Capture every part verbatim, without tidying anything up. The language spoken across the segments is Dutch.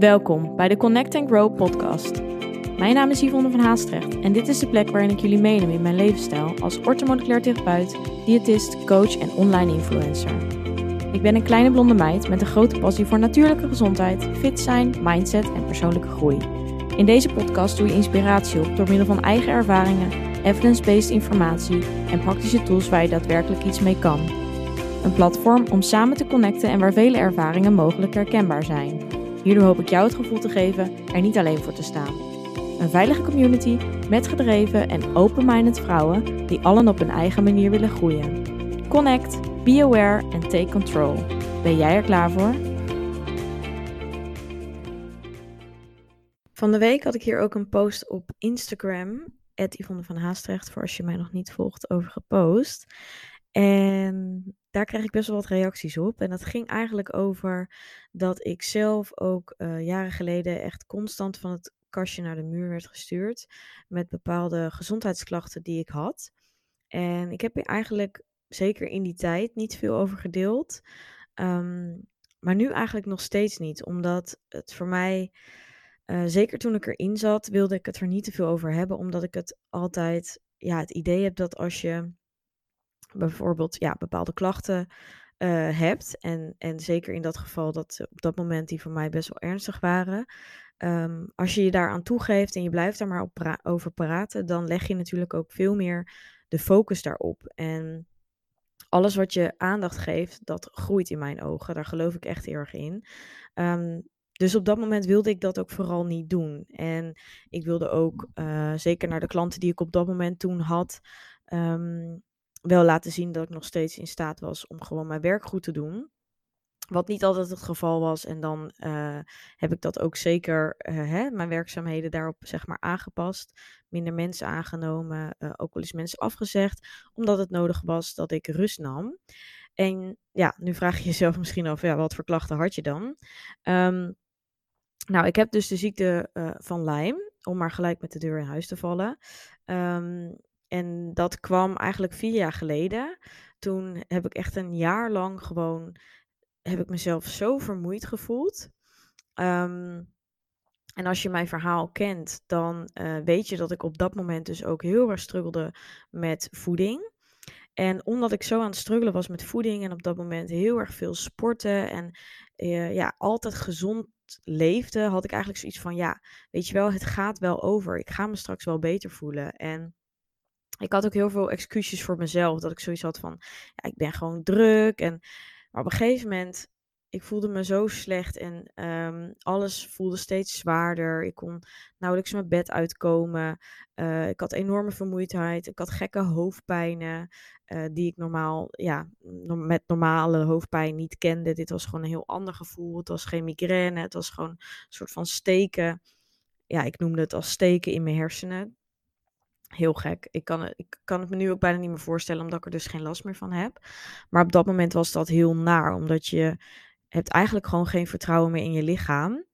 Welkom bij de Connect and Grow podcast. Mijn naam is Yvonne van Haastrecht en dit is de plek waarin ik jullie meeneem in mijn levensstijl als orthomoleculair therapeut, diëtist, coach en online influencer. Ik ben een kleine blonde meid met een grote passie voor natuurlijke gezondheid, fit zijn, mindset en persoonlijke groei. In deze podcast doe je inspiratie op door middel van eigen ervaringen, evidence-based informatie en praktische tools waar je daadwerkelijk iets mee kan. Een platform om samen te connecten en waar vele ervaringen mogelijk herkenbaar zijn. Hierdoor hoop ik jou het gevoel te geven er niet alleen voor te staan. Een veilige community met gedreven en open-minded vrouwen die allen op hun eigen manier willen groeien. Connect, be aware en take control. Ben jij er klaar voor? Van de week had ik hier ook een post op Instagram, at Yvonne van Haastrecht, voor als je mij nog niet volgt, over gepost. En daar kreeg ik best wel wat reacties op. En dat ging eigenlijk over dat ik zelf ook uh, jaren geleden echt constant van het kastje naar de muur werd gestuurd. Met bepaalde gezondheidsklachten die ik had. En ik heb hier eigenlijk, zeker in die tijd, niet veel over gedeeld. Um, maar nu eigenlijk nog steeds niet. Omdat het voor mij, uh, zeker toen ik erin zat, wilde ik het er niet te veel over hebben. Omdat ik het altijd, ja, het idee heb dat als je bijvoorbeeld ja, bepaalde klachten uh, hebt. En, en zeker in dat geval dat op dat moment die voor mij best wel ernstig waren. Um, als je je daaraan toegeeft en je blijft daar maar op pra- over praten, dan leg je natuurlijk ook veel meer de focus daarop. En alles wat je aandacht geeft, dat groeit in mijn ogen. Daar geloof ik echt heel erg in. Um, dus op dat moment wilde ik dat ook vooral niet doen. En ik wilde ook, uh, zeker naar de klanten die ik op dat moment toen had, Um, wel laten zien dat ik nog steeds in staat was om gewoon mijn werk goed te doen. Wat niet altijd het geval was. En dan uh, heb ik dat ook zeker, uh, hè, mijn werkzaamheden daarop zeg maar aangepast. Minder mensen aangenomen, uh, ook wel eens mensen afgezegd. Omdat het nodig was dat ik rust nam. En ja, nu vraag je jezelf misschien af, ja, wat voor klachten had je dan? Um, nou, ik heb dus de ziekte uh, van Lyme, om maar gelijk met de deur in huis te vallen. Um, En dat kwam eigenlijk vier jaar geleden. Toen heb ik echt een jaar lang gewoon, heb ik mezelf zo vermoeid gevoeld. Um, en als je mijn verhaal kent, dan uh, weet je dat ik op dat moment dus ook heel erg struggelde met voeding. En omdat ik zo aan het struggelen was met voeding en op dat moment heel erg veel sporten en uh, ja, altijd gezond leefde, had ik eigenlijk zoiets van, ja, weet je wel, het gaat wel over. Ik ga me straks wel beter voelen. En ik had ook heel veel excuses voor mezelf. Dat ik zoiets had van, ja, ik ben gewoon druk. En, maar op een gegeven moment, ik voelde me zo slecht. En um, alles voelde steeds zwaarder. Ik kon nauwelijks mijn bed uitkomen. Uh, ik had enorme vermoeidheid. Ik had gekke hoofdpijnen. Uh, die ik normaal, ja, met normale hoofdpijn niet kende. Dit was gewoon een heel ander gevoel. Het was geen migraine. Het was gewoon een soort van steken. Ja, ik noemde het als steken in mijn hersenen. Heel gek. Ik kan, het, ik kan het me nu ook bijna niet meer voorstellen, omdat ik er dus geen last meer van heb. Maar op dat moment was dat heel naar, omdat je hebt eigenlijk gewoon geen vertrouwen meer in je lichaam.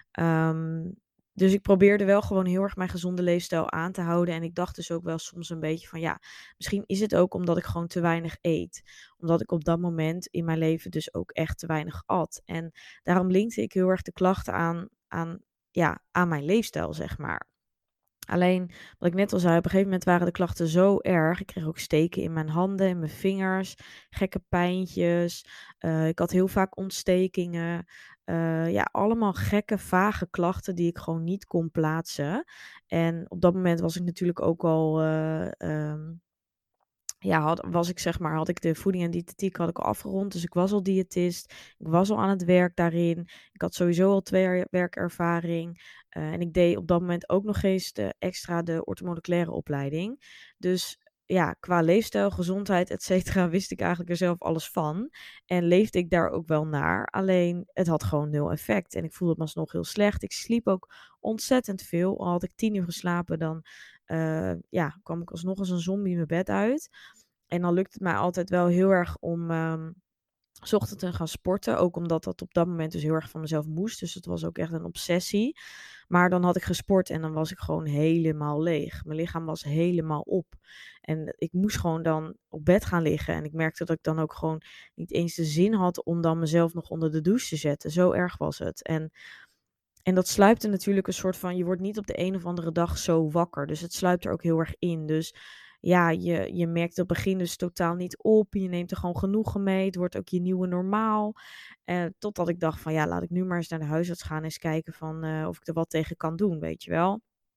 Um, dus ik probeerde wel gewoon heel erg mijn gezonde leefstijl aan te houden. En ik dacht dus ook wel soms een beetje van, ja, misschien is het ook omdat ik gewoon te weinig eet. Omdat ik op dat moment in mijn leven dus ook echt te weinig at. En daarom linkte ik heel erg de klachten aan, aan, ja, aan mijn leefstijl, zeg maar. Alleen, wat ik net al zei, op een gegeven moment waren de klachten zo erg. Ik kreeg ook steken in mijn handen, in mijn vingers, gekke pijntjes. Uh, ik had heel vaak ontstekingen. Uh, ja, allemaal gekke, vage klachten die ik gewoon niet kon plaatsen. En op dat moment was ik natuurlijk ook al... Uh, um, ja, had, was ik zeg maar, had ik de voeding en diëtetiek had ik al afgerond. Dus ik was al diëtist. Ik was al aan het werk daarin. Ik had sowieso al twee jaar werkervaring. Uh, en ik deed op dat moment ook nog eens de, extra de orthomoleculaire opleiding. Dus ja, qua leefstijl, gezondheid, et cetera, wist ik eigenlijk er zelf alles van. En leefde ik daar ook wel naar. Alleen, het had gewoon nul effect. En ik voelde me alsnog heel slecht. Ik sliep ook ontzettend veel. Al had ik tien uur geslapen, dan uh, ja, kwam ik alsnog als een zombie mijn bed uit. En dan lukt het mij altijd wel heel erg om um, 's ochtends te gaan sporten. Ook omdat dat op dat moment dus heel erg van mezelf moest. Dus het was ook echt een obsessie. Maar dan had ik gesport en dan was ik gewoon helemaal leeg. Mijn lichaam was helemaal op. En ik moest gewoon dan op bed gaan liggen. En ik merkte dat ik dan ook gewoon niet eens de zin had om dan mezelf nog onder de douche te zetten. Zo erg was het. En en dat sluipt er natuurlijk een soort van je wordt niet op de een of andere dag zo wakker. Dus het sluipt er ook heel erg in. Dus ja, je je merkt het begin dus totaal niet op. Je neemt er gewoon genoegen mee. Het wordt ook je nieuwe normaal. Eh, totdat ik dacht van ja, laat ik nu maar eens naar de huisarts gaan. Eens kijken van eh, of ik er wat tegen kan doen, weet je wel.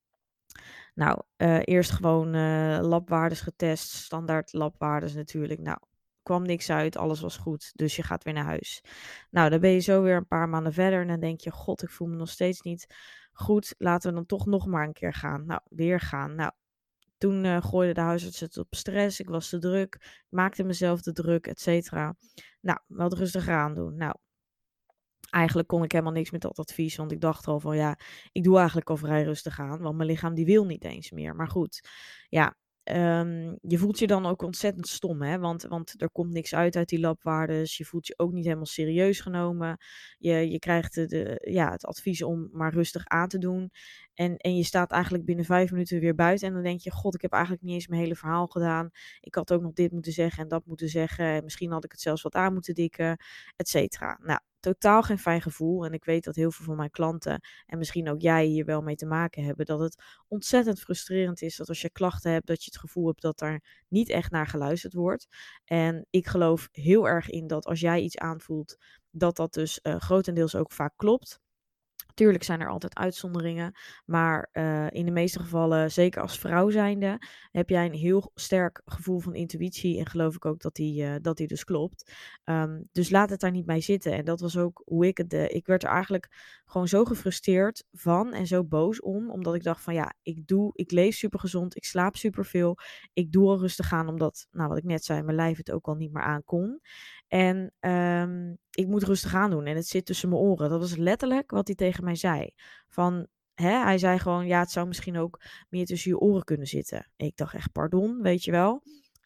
Nou, eh, eerst gewoon eh, labwaardes getest. Standaard labwaardes natuurlijk. Nou, kwam niks uit. Alles was goed. Dus je gaat weer naar huis. Nou, dan ben je zo weer een paar maanden verder. En dan denk je, god, ik voel me nog steeds niet goed. Laten we dan toch nog maar een keer gaan. Nou, weer gaan. Nou, toen uh, gooide de huisarts het op stress. Ik was te druk. Ik maakte mezelf te druk, et cetera. Nou, wat rustiger aan doen. Nou, eigenlijk kon ik helemaal niks met dat advies. Want ik dacht al van ja, ik doe eigenlijk al vrij rustig aan. Want mijn lichaam die wil niet eens meer. Maar goed, ja. Um, je voelt je dan ook ontzettend stom, hè? Want, want er komt niks uit uit die labwaardes. Je voelt je ook niet helemaal serieus genomen. Je, je krijgt de, de, ja, het advies om maar rustig aan te doen. En, en je staat eigenlijk binnen vijf minuten weer buiten. En dan denk je, god, ik heb eigenlijk niet eens mijn hele verhaal gedaan. Ik had ook nog dit moeten zeggen en dat moeten zeggen. En misschien had ik het zelfs wat aan moeten dikken, et cetera. Nou, totaal geen fijn gevoel. En ik weet dat heel veel van mijn klanten, en misschien ook jij, hier wel mee te maken hebben, dat het ontzettend frustrerend is dat als je klachten hebt, dat je het gevoel hebt dat er niet echt naar geluisterd wordt. En ik geloof heel erg in dat als jij iets aanvoelt, dat dat dus uh, grotendeels ook vaak klopt. Tuurlijk zijn er altijd uitzonderingen, maar uh, in de meeste gevallen, zeker als vrouw zijnde, heb jij een heel sterk gevoel van intuïtie en geloof ik ook dat die, uh, dat die dus klopt. Um, dus laat het daar niet bij zitten. En dat was ook hoe ik het deed. Ik werd er eigenlijk gewoon zo gefrustreerd van en zo boos om, omdat ik dacht van ja, ik doe, ik leef super gezond, ik slaap super veel, ik doe al rustig aan, omdat, nou wat ik net zei, mijn lijf het ook al niet meer aan kon. En um, ik moet rustig aan doen en het zit tussen mijn oren. Dat was letterlijk wat hij tegen mij zei. Van, hè, hij zei gewoon, ja, het zou misschien ook meer tussen je oren kunnen zitten. Ik dacht echt, pardon, weet je wel.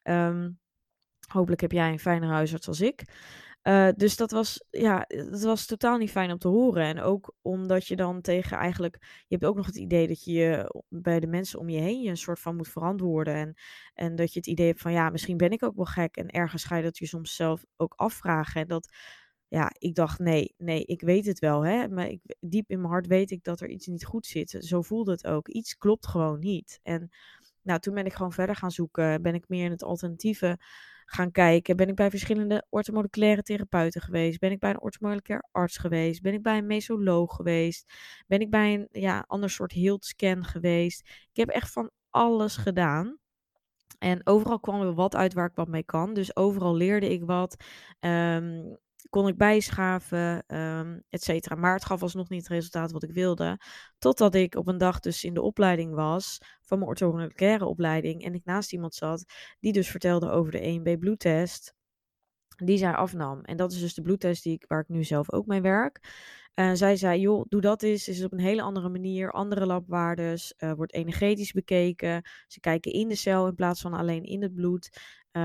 Um, hopelijk heb jij een fijne huisarts als ik. Uh, dus dat was, ja, dat was totaal niet fijn om te horen. En ook omdat je dan tegen eigenlijk, je hebt ook nog het idee dat je je bij de mensen om je heen je een soort van moet verantwoorden. En, en dat je het idee hebt van, ja, misschien ben ik ook wel gek. En ergens ga je dat je soms zelf ook afvragen. En dat, ja, ik dacht, nee, nee, ik weet het wel, hè. Maar ik, diep in mijn hart weet ik dat er iets niet goed zit. Zo voelde het ook. Iets klopt gewoon niet. En nou, toen ben ik gewoon verder gaan zoeken. Ben ik meer in het alternatieve gaan kijken. Ben ik bij verschillende orthomoleculaire therapeuten geweest. Ben ik bij een orthomoleculair arts geweest. Ben ik bij een mesoloog geweest. Ben ik bij een ja, ander soort health scan geweest. Ik heb echt van alles gedaan. En overal kwam er wat uit waar ik wat mee kan. Dus overal leerde ik wat. Um, kon ik bijschaven, um, et cetera. Maar het gaf alsnog niet het resultaat wat ik wilde. Totdat ik op een dag dus in de opleiding was, van mijn orthomoleculaire opleiding. En ik naast iemand zat, die dus vertelde over de E M B bloedtest. Die zij afnam. En dat is dus de bloedtest die ik, waar ik nu zelf ook mee werk. Uh, zij zei, joh, doe dat eens. Is het op een hele andere manier. Andere labwaardes. Uh, wordt energetisch bekeken. Ze kijken in de cel in plaats van alleen in het bloed.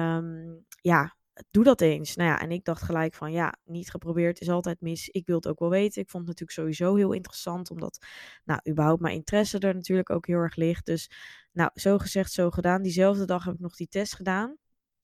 Um, ja, doe dat eens. Nou ja, en ik dacht gelijk van, ja, niet geprobeerd is altijd mis. Ik wil het ook wel weten. Ik vond het natuurlijk sowieso heel interessant. Omdat, nou, überhaupt mijn interesse er natuurlijk ook heel erg ligt. Dus, nou, zo gezegd, zo gedaan. Diezelfde dag heb ik nog die test gedaan.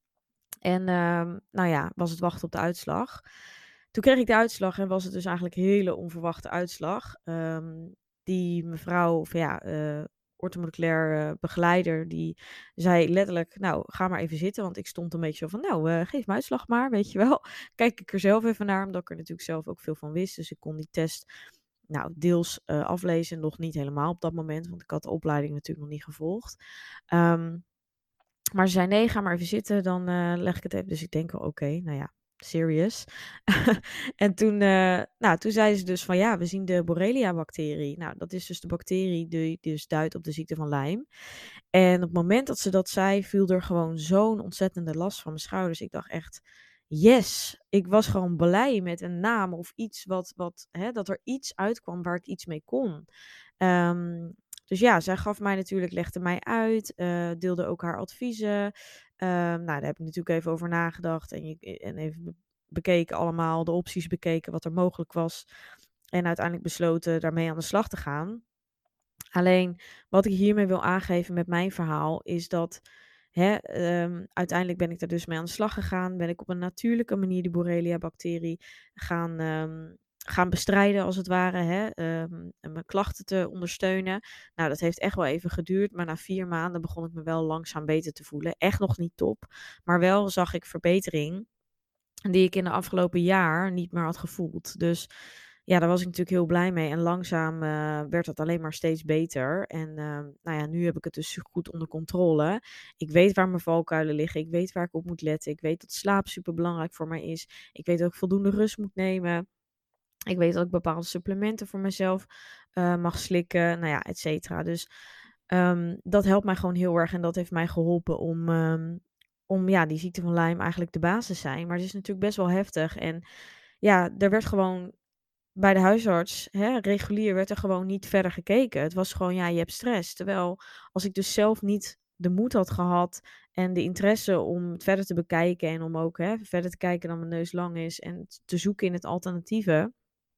En uh, nou ja, was het wachten op de uitslag. Toen kreeg ik de uitslag en was het dus eigenlijk een hele onverwachte uitslag. Um, die mevrouw, of ja, uh, orthomoleculair uh, begeleider, die zei letterlijk, nou, ga maar even zitten. Want ik stond een beetje zo van, nou, uh, geef me uitslag maar, weet je wel. Kijk ik er zelf even naar, omdat ik er natuurlijk zelf ook veel van wist. Dus ik kon die test, nou, deels uh, aflezen, nog niet helemaal op dat moment. Want ik had de opleiding natuurlijk nog niet gevolgd. Um, Maar ze zei, nee, ga maar even zitten, dan uh, leg ik het even. Dus ik denk wel, oké, okay, nou ja, serious. En toen, uh, nou, toen zei ze dus van, ja, we zien de Borrelia-bacterie. Nou, dat is dus de bacterie die dus duidt op de ziekte van Lyme. En op het moment dat ze dat zei, viel er gewoon zo'n ontzettende last van mijn schouders. Ik dacht echt, yes, ik was gewoon blij met een naam of iets wat, wat hè, dat er iets uitkwam waar ik iets mee kon. Um, Dus ja, zij gaf mij natuurlijk, legde mij uit, uh, deelde ook haar adviezen. Um, nou, daar heb ik natuurlijk even over nagedacht en, je, en even bekeken allemaal, de opties bekeken, wat er mogelijk was. En uiteindelijk besloten daarmee aan de slag te gaan. Alleen, wat ik hiermee wil aangeven met mijn verhaal, is dat hè, um, uiteindelijk ben ik daar dus mee aan de slag gegaan. Ben ik op een natuurlijke manier die Borrelia-bacterie gaan... Um, gaan bestrijden als het ware, hè, ehm, en mijn klachten te ondersteunen. Nou, dat heeft echt wel even geduurd, maar na vier maanden begon ik me wel langzaam beter te voelen. Echt nog niet top, maar wel zag ik verbetering die ik in de afgelopen jaar niet meer had gevoeld. Dus ja, daar was ik natuurlijk heel blij mee en langzaam, eh, werd dat alleen maar steeds beter. En, ehm, nou ja, nu heb ik het dus goed onder controle. Ik weet waar mijn valkuilen liggen, ik weet waar ik op moet letten, ik weet dat slaap superbelangrijk voor mij is. Ik weet dat ik voldoende rust moet nemen. Ik weet dat ik bepaalde supplementen voor mezelf, eh, mag slikken, nou ja, et cetera. Dus, ehm, dat helpt mij gewoon heel erg en dat heeft mij geholpen om, ehm, om ja, die ziekte van Lyme eigenlijk de baas te zijn. Maar het is natuurlijk best wel heftig en ja, er werd gewoon bij de huisarts, hè, regulier werd er gewoon niet verder gekeken. Het was gewoon, ja, je hebt stress. Terwijl als ik dus zelf niet de moed had gehad en de interesse om het verder te bekijken en om ook, hè, verder te kijken dan mijn neus lang is en t te zoeken in het alternatieve,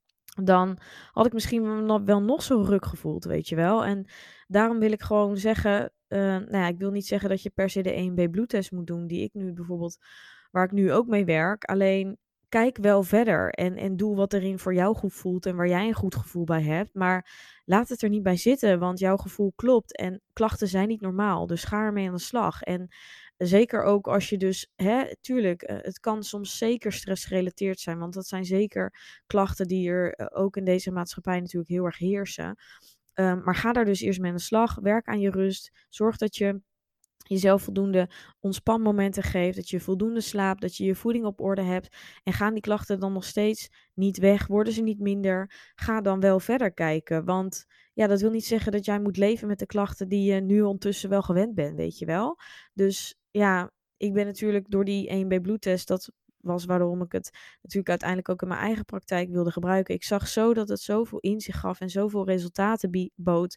dan had ik misschien wel no wel nog zo ruk gevoeld, weet je wel. En daarom wil ik gewoon zeggen, eh, nou ja, ik wil niet zeggen dat je per se de E M B bloedtest moet doen, die ik nu bijvoorbeeld waar ik nu ook mee werk. Alleen kijk wel verder en en doe wat erin voor jou goed voelt en waar jij een goed gevoel bij hebt. Maar laat het er niet bij zitten, want jouw gevoel klopt en klachten zijn niet normaal. Dus ga ermee aan de slag. En zeker ook als je dus, hè, tuurlijk, eh, het kan soms zeker stressgerelateerd zijn, want dat zijn zeker klachten die er eh, ook in deze maatschappij natuurlijk heel erg heersen. Ehm, maar ga daar dus eerst mee aan de slag. Werk aan je rust. Zorg dat je jezelf voldoende ontspanmomenten geeft, dat je voldoende slaapt, dat je je voeding op orde hebt. En gaan die klachten dan nog steeds niet weg? Worden ze niet minder? Ga dan wel verder kijken. Want ja, dat wil niet zeggen dat jij moet leven met de klachten die je nu ondertussen wel gewend bent, weet je wel. Dus ja, ik ben natuurlijk door die E M B bloedtest, dat was waarom ik het natuurlijk uiteindelijk ook in mijn eigen praktijk wilde gebruiken. Ik zag zo dat het zoveel inzicht gaf en zoveel resultaten bie- bood.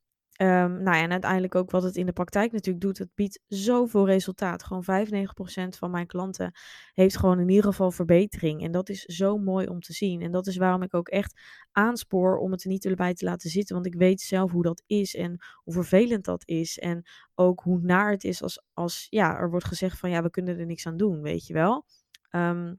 Ehm, nou ja, en uiteindelijk ook wat het in de praktijk natuurlijk doet. Het biedt zoveel resultaat. Gewoon vijfennegentig procent van mijn klanten heeft gewoon in ieder geval verbetering. En dat is zo mooi om te zien. En dat is waarom ik ook echt aanspoor om het er niet bij te laten zitten. Want ik weet zelf hoe dat is en hoe vervelend dat is. En ook hoe naar het is als, als ja, er wordt gezegd van ja, we kunnen er niks aan doen, weet je wel. Ehm,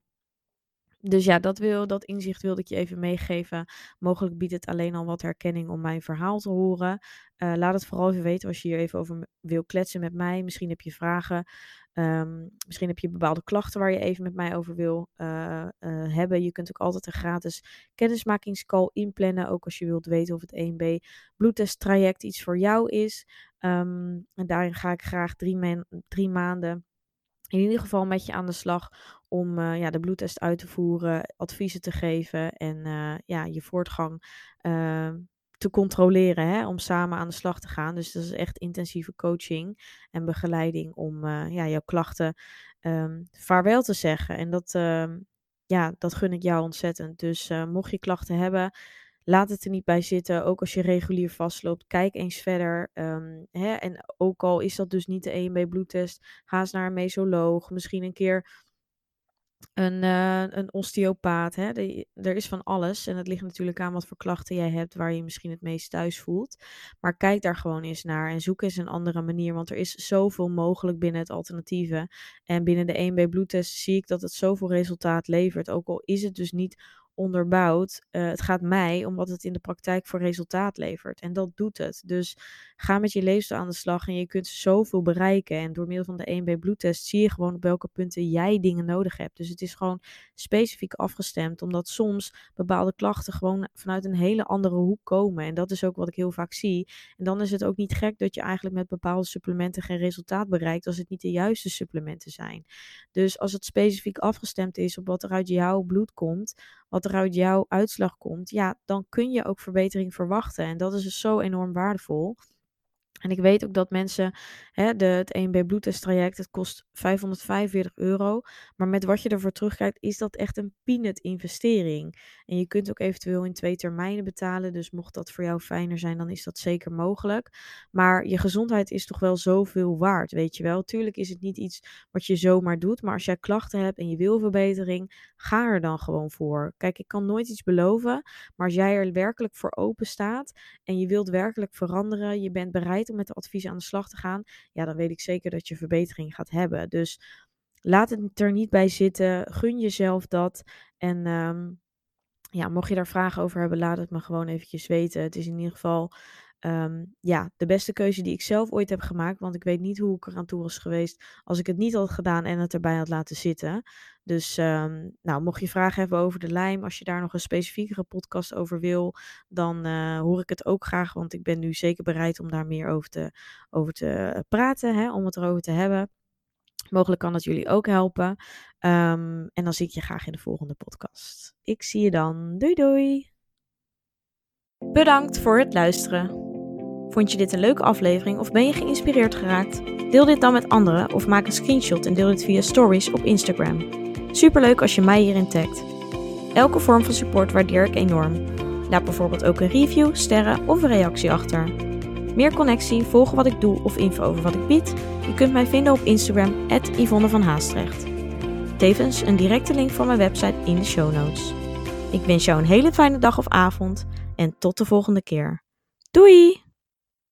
dus ja, dat, wil, dat inzicht wilde ik je even meegeven. Mogelijk biedt het alleen al wat herkenning om mijn verhaal te horen. Uh, laat het vooral even weten als je hier even over m- wil kletsen met mij. Misschien heb je vragen. Um, misschien heb je bepaalde klachten waar je even met mij over wil uh, uh, hebben. Je kunt ook altijd een gratis kennismakingscall inplannen. Ook als je wilt weten of het E M B bloedtesttraject iets voor jou is. Um, en daarin ga ik graag drie, ma- drie maanden in ieder geval met je aan de slag om uh, ja, de bloedtest uit te voeren, adviezen te geven en uh, ja, je voortgang uh, te controleren, hè, om samen aan de slag te gaan. Dus dat is echt intensieve coaching en begeleiding om uh, ja, jouw klachten um, vaarwel te zeggen. En dat, uh, ja, dat gun ik jou ontzettend. Dus uh, mocht je klachten hebben, laat het er niet bij zitten. Ook als je regulier vastloopt, kijk eens verder. Um, hè? En ook al is dat dus niet de E M B bloedtest, ga eens naar een mesoloog. Misschien een keer een, uh, een osteopaat. Hè? De, er is van alles. En het ligt natuurlijk aan wat voor klachten jij hebt, waar je je misschien het meest thuis voelt. Maar kijk daar gewoon eens naar en zoek eens een andere manier. Want er is zoveel mogelijk binnen het alternatieve. En binnen de E M B bloedtest zie ik dat het zoveel resultaat levert. Ook al is het dus niet onderbouwd. Uh, het gaat mij om wat het in de praktijk voor resultaat levert. En dat doet het. Dus ga met je leefstijl aan de slag en je kunt zoveel bereiken. En door middel van de E M B bloedtest zie je gewoon op welke punten jij dingen nodig hebt. Dus het is gewoon specifiek afgestemd, omdat soms bepaalde klachten gewoon vanuit een hele andere hoek komen. En dat is ook wat ik heel vaak zie. En dan is het ook niet gek dat je eigenlijk met bepaalde supplementen geen resultaat bereikt als het niet de juiste supplementen zijn. Dus als het specifiek afgestemd is op wat er uit jouw bloed komt, wat er uit jouw uitslag komt, ja, dan kun je ook verbetering verwachten. En dat is dus zo enorm waardevol. En ik weet ook dat mensen, hè, de, het E M B bloedtesttraject, het kost vijfhonderdvijfenveertig euro. Maar met wat je ervoor terugkrijgt, is dat echt een peanut investering. En je kunt ook eventueel in twee termijnen betalen. Dus mocht dat voor jou fijner zijn, dan is dat zeker mogelijk. Maar je gezondheid is toch wel zoveel waard, weet je wel. Tuurlijk is het niet iets wat je zomaar doet. Maar als jij klachten hebt en je wil verbetering, ga er dan gewoon voor. Kijk, ik kan nooit iets beloven. Maar als jij er werkelijk voor open staat en je wilt werkelijk veranderen, je bent bereid om met de adviezen aan de slag te gaan, ja, dan weet ik zeker dat je verbetering gaat hebben. Dus laat het er niet bij zitten. Gun jezelf dat. En um, ja, mocht je daar vragen over hebben, laat het me gewoon eventjes weten. Het is in ieder geval um, ja, de beste keuze die ik zelf ooit heb gemaakt. Want ik weet niet hoe ik eraan toe was geweest als ik het niet had gedaan en het erbij had laten zitten. Dus um, nou, mocht je vragen hebben over de lijm, als je daar nog een specifiekere podcast over wil, dan uh, hoor ik het ook graag. Want ik ben nu zeker bereid om daar meer over te, over te praten, hè, om het erover te hebben. Mogelijk kan het jullie ook helpen. Um, en dan zie ik je graag in de volgende podcast. Ik zie je dan. Doei doei! Bedankt voor het luisteren. Vond je dit een leuke aflevering of ben je geïnspireerd geraakt? Deel dit dan met anderen of maak een screenshot en deel dit via stories op Instagram. Superleuk als je mij hierin tagt. Elke vorm van support waardeer ik enorm. Laat bijvoorbeeld ook een review, sterren of een reactie achter. Meer connectie, volgen wat ik doe of info over wat ik bied? Je kunt mij vinden op Instagram at Yvonne van Haastrecht. Tevens een directe link voor mijn website in de show notes. Ik wens jou een hele fijne dag of avond en tot de volgende keer. Doei!